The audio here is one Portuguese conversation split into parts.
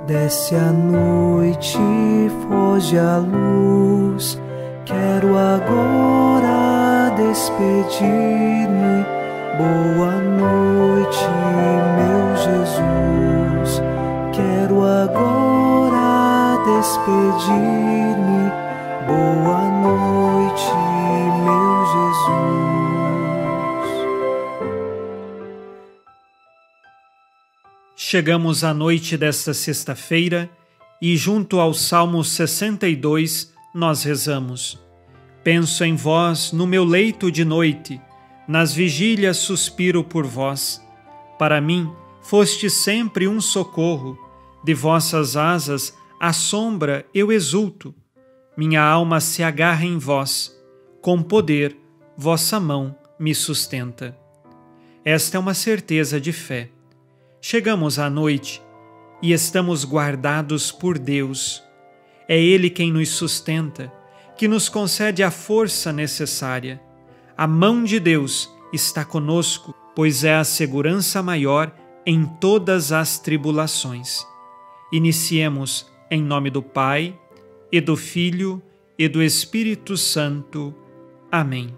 Desce a noite, foge a luz. Quero agora despedir-me. Boa noite, meu Jesus. Quero agora despedir-me. Boa noite, meu Jesus. Chegamos à noite desta sexta-feira e, junto ao Salmo 62, nós rezamos: penso em vós no meu leito de noite, nas vigílias suspiro por vós. Para mim foste sempre um socorro, de vossas asas à sombra eu exulto. Minha alma se agarra em vós, com poder vossa mão me sustenta. Esta é uma certeza de fé. Chegamos à noite e estamos guardados por Deus. É Ele quem nos sustenta, que nos concede a força necessária. A mão de Deus está conosco, pois é a segurança maior em todas as tribulações. Iniciemos em nome do Pai, e do Filho, e do Espírito Santo. Amém.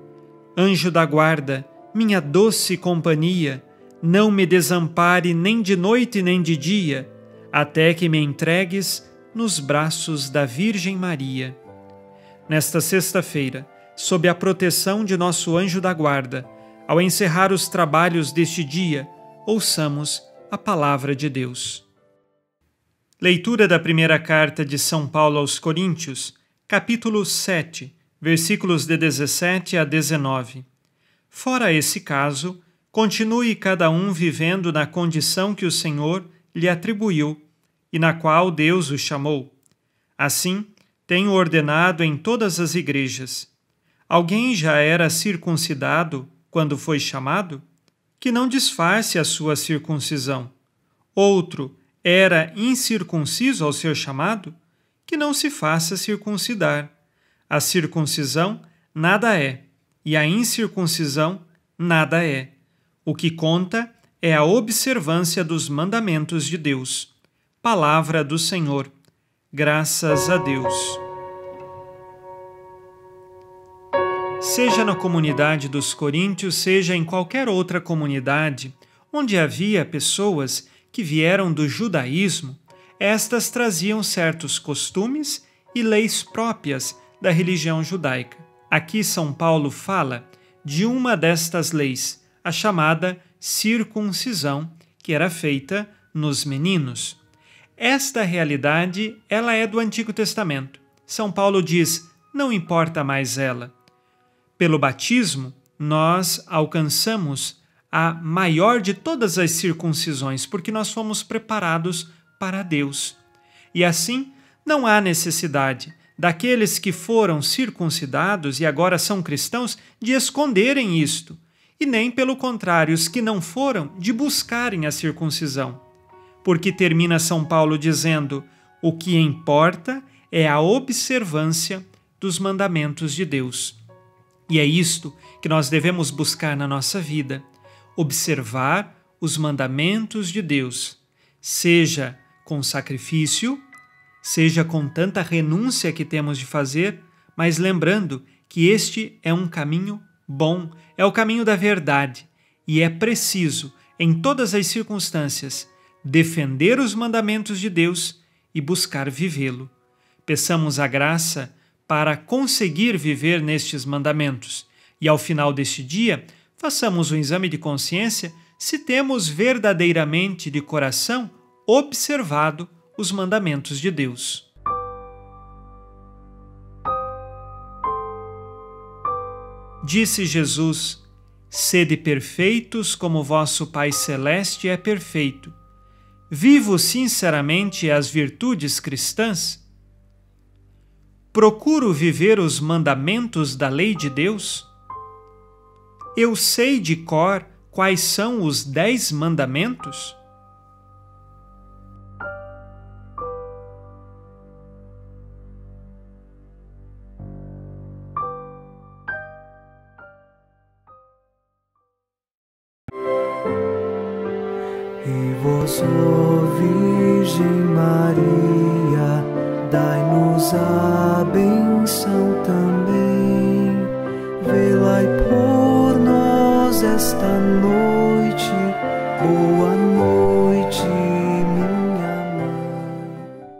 Anjo da guarda, minha doce companhia, não me desampare nem de noite nem de dia, até que me entregues nos braços da Virgem Maria. Nesta sexta-feira, sob a proteção de nosso anjo da guarda, ao encerrar os trabalhos deste dia, ouçamos a palavra de Deus. Leitura da primeira carta de São Paulo aos Coríntios, capítulo 7, versículos de 17 a 19. Fora esse caso, continue cada um vivendo na condição que o Senhor lhe atribuiu e na qual Deus o chamou. Assim, tenho ordenado em todas as igrejas. Alguém já era circuncidado quando foi chamado? Que não disfarce a sua circuncisão. Outro era incircunciso ao ser chamado? Que não se faça circuncidar. A circuncisão nada é, e a incircuncisão nada é. O que conta é a observância dos mandamentos de Deus. Palavra do Senhor. Graças a Deus. Seja na comunidade dos coríntios, seja em qualquer outra comunidade, onde havia pessoas que vieram do judaísmo, estas traziam certos costumes e leis próprias da religião judaica. Aqui São Paulo fala de uma destas leis, a chamada circuncisão, que era feita nos meninos. Esta realidade, ela é do Antigo Testamento. São Paulo diz, não importa mais ela. Pelo batismo, nós alcançamos a maior de todas as circuncisões, porque nós fomos preparados para Deus. E assim, não há necessidade daqueles que foram circuncidados e agora são cristãos de esconderem isto, e nem, pelo contrário, os que não foram, de buscarem a circuncisão. Porque termina São Paulo dizendo, o que importa é a observância dos mandamentos de Deus. E é isto que nós devemos buscar na nossa vida, observar os mandamentos de Deus, seja com sacrifício, seja com tanta renúncia que temos de fazer, mas lembrando que este é um caminho bom, é o caminho da verdade, e é preciso, em todas as circunstâncias, defender os mandamentos de Deus e buscar vivê-lo. Peçamos a graça para conseguir viver nestes mandamentos, e ao final deste dia, façamos um exame de consciência se temos verdadeiramente de coração observado os mandamentos de Deus. Disse Jesus: sede perfeitos como vosso Pai Celeste é perfeito. Vivo sinceramente as virtudes cristãs? Procuro viver os mandamentos da lei de Deus? Eu sei de cor quais são os 10 mandamentos? E vós Ó Virgem Maria, dai-nos a benção também. Velai por nós esta noite. Boa noite, minha mãe.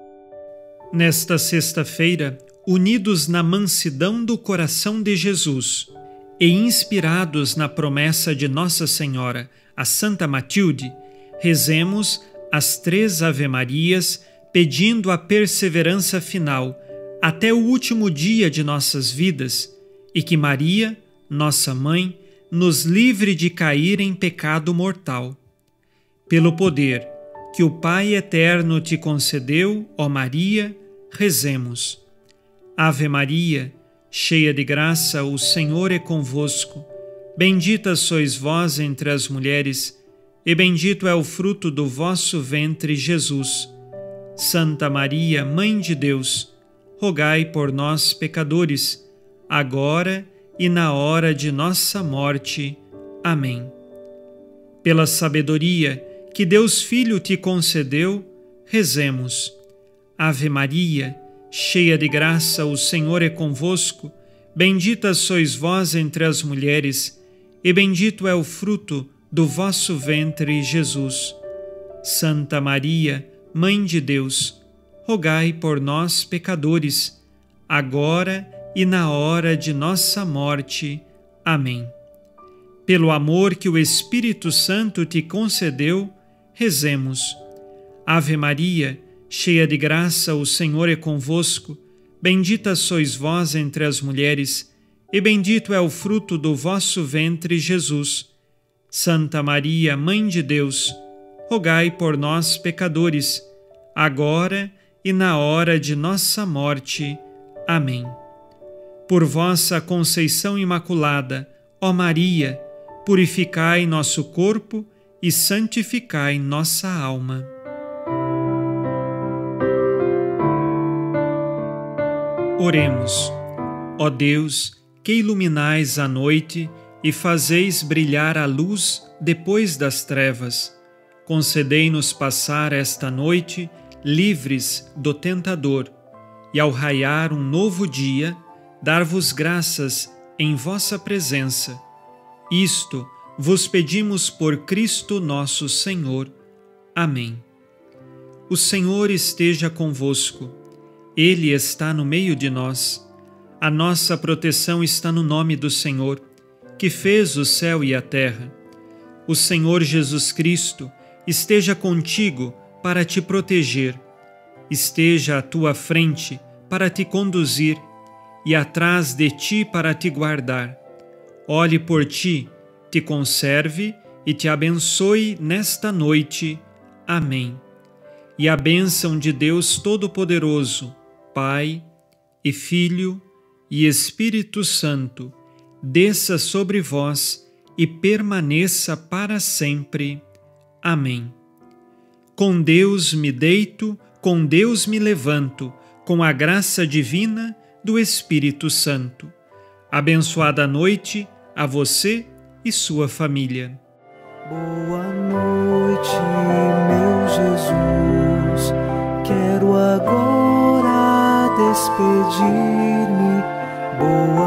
Nesta sexta-feira, unidos na mansidão do coração de Jesus e inspirados na promessa de Nossa Senhora, a Santa Matilde, rezemos as 3 Ave-Marias, pedindo a perseverança final até o último dia de nossas vidas e que Maria, nossa Mãe, nos livre de cair em pecado mortal. Pelo poder que o Pai Eterno te concedeu, ó Maria, rezemos. Ave Maria, cheia de graça, o Senhor é convosco. Bendita sois vós entre as mulheres, e bendito é o fruto do vosso ventre, Jesus. Santa Maria, Mãe de Deus, rogai por nós, pecadores, agora e na hora de nossa morte. Amém. Pela sabedoria que Deus Filho te concedeu, rezemos. Ave Maria, cheia de graça, o Senhor é convosco. Bendita sois vós entre as mulheres, e bendito é o fruto do vosso ventre, Jesus. Santa Maria, Mãe de Deus, rogai por nós, pecadores, agora e na hora de nossa morte. Amém. Pelo amor que o Espírito Santo te concedeu, rezemos. Ave Maria, cheia de graça, o Senhor é convosco. Bendita sois vós entre as mulheres, e bendito é o fruto do vosso ventre, Jesus. Santa Maria, Mãe de Deus, rogai por nós, pecadores, agora e na hora de nossa morte. Amém. Por vossa conceição imaculada, ó Maria, purificai nosso corpo e santificai nossa alma. Oremos. Ó Deus, que iluminais a noite e fazeis brilhar a luz depois das trevas, concedei-nos passar esta noite livres do tentador e, ao raiar um novo dia, dar-vos graças em vossa presença. Isto vos pedimos por Cristo nosso Senhor. Amém. O Senhor esteja convosco. Ele está no meio de nós. A nossa proteção está no nome do Senhor, que fez o céu e a terra. O Senhor Jesus Cristo esteja contigo para te proteger. Esteja à tua frente para te conduzir e atrás de ti para te guardar. Olhe por ti, te conserve e te abençoe nesta noite. Amém. E a bênção de Deus Todo-Poderoso, Pai e Filho e Espírito Santo, desça sobre vós e permaneça para sempre. Amém. Com Deus me deito, com Deus me levanto, com a graça divina do Espírito Santo. Abençoada noite a você e sua família. Boa noite, meu Jesus. Quero agora despedir-me. Boa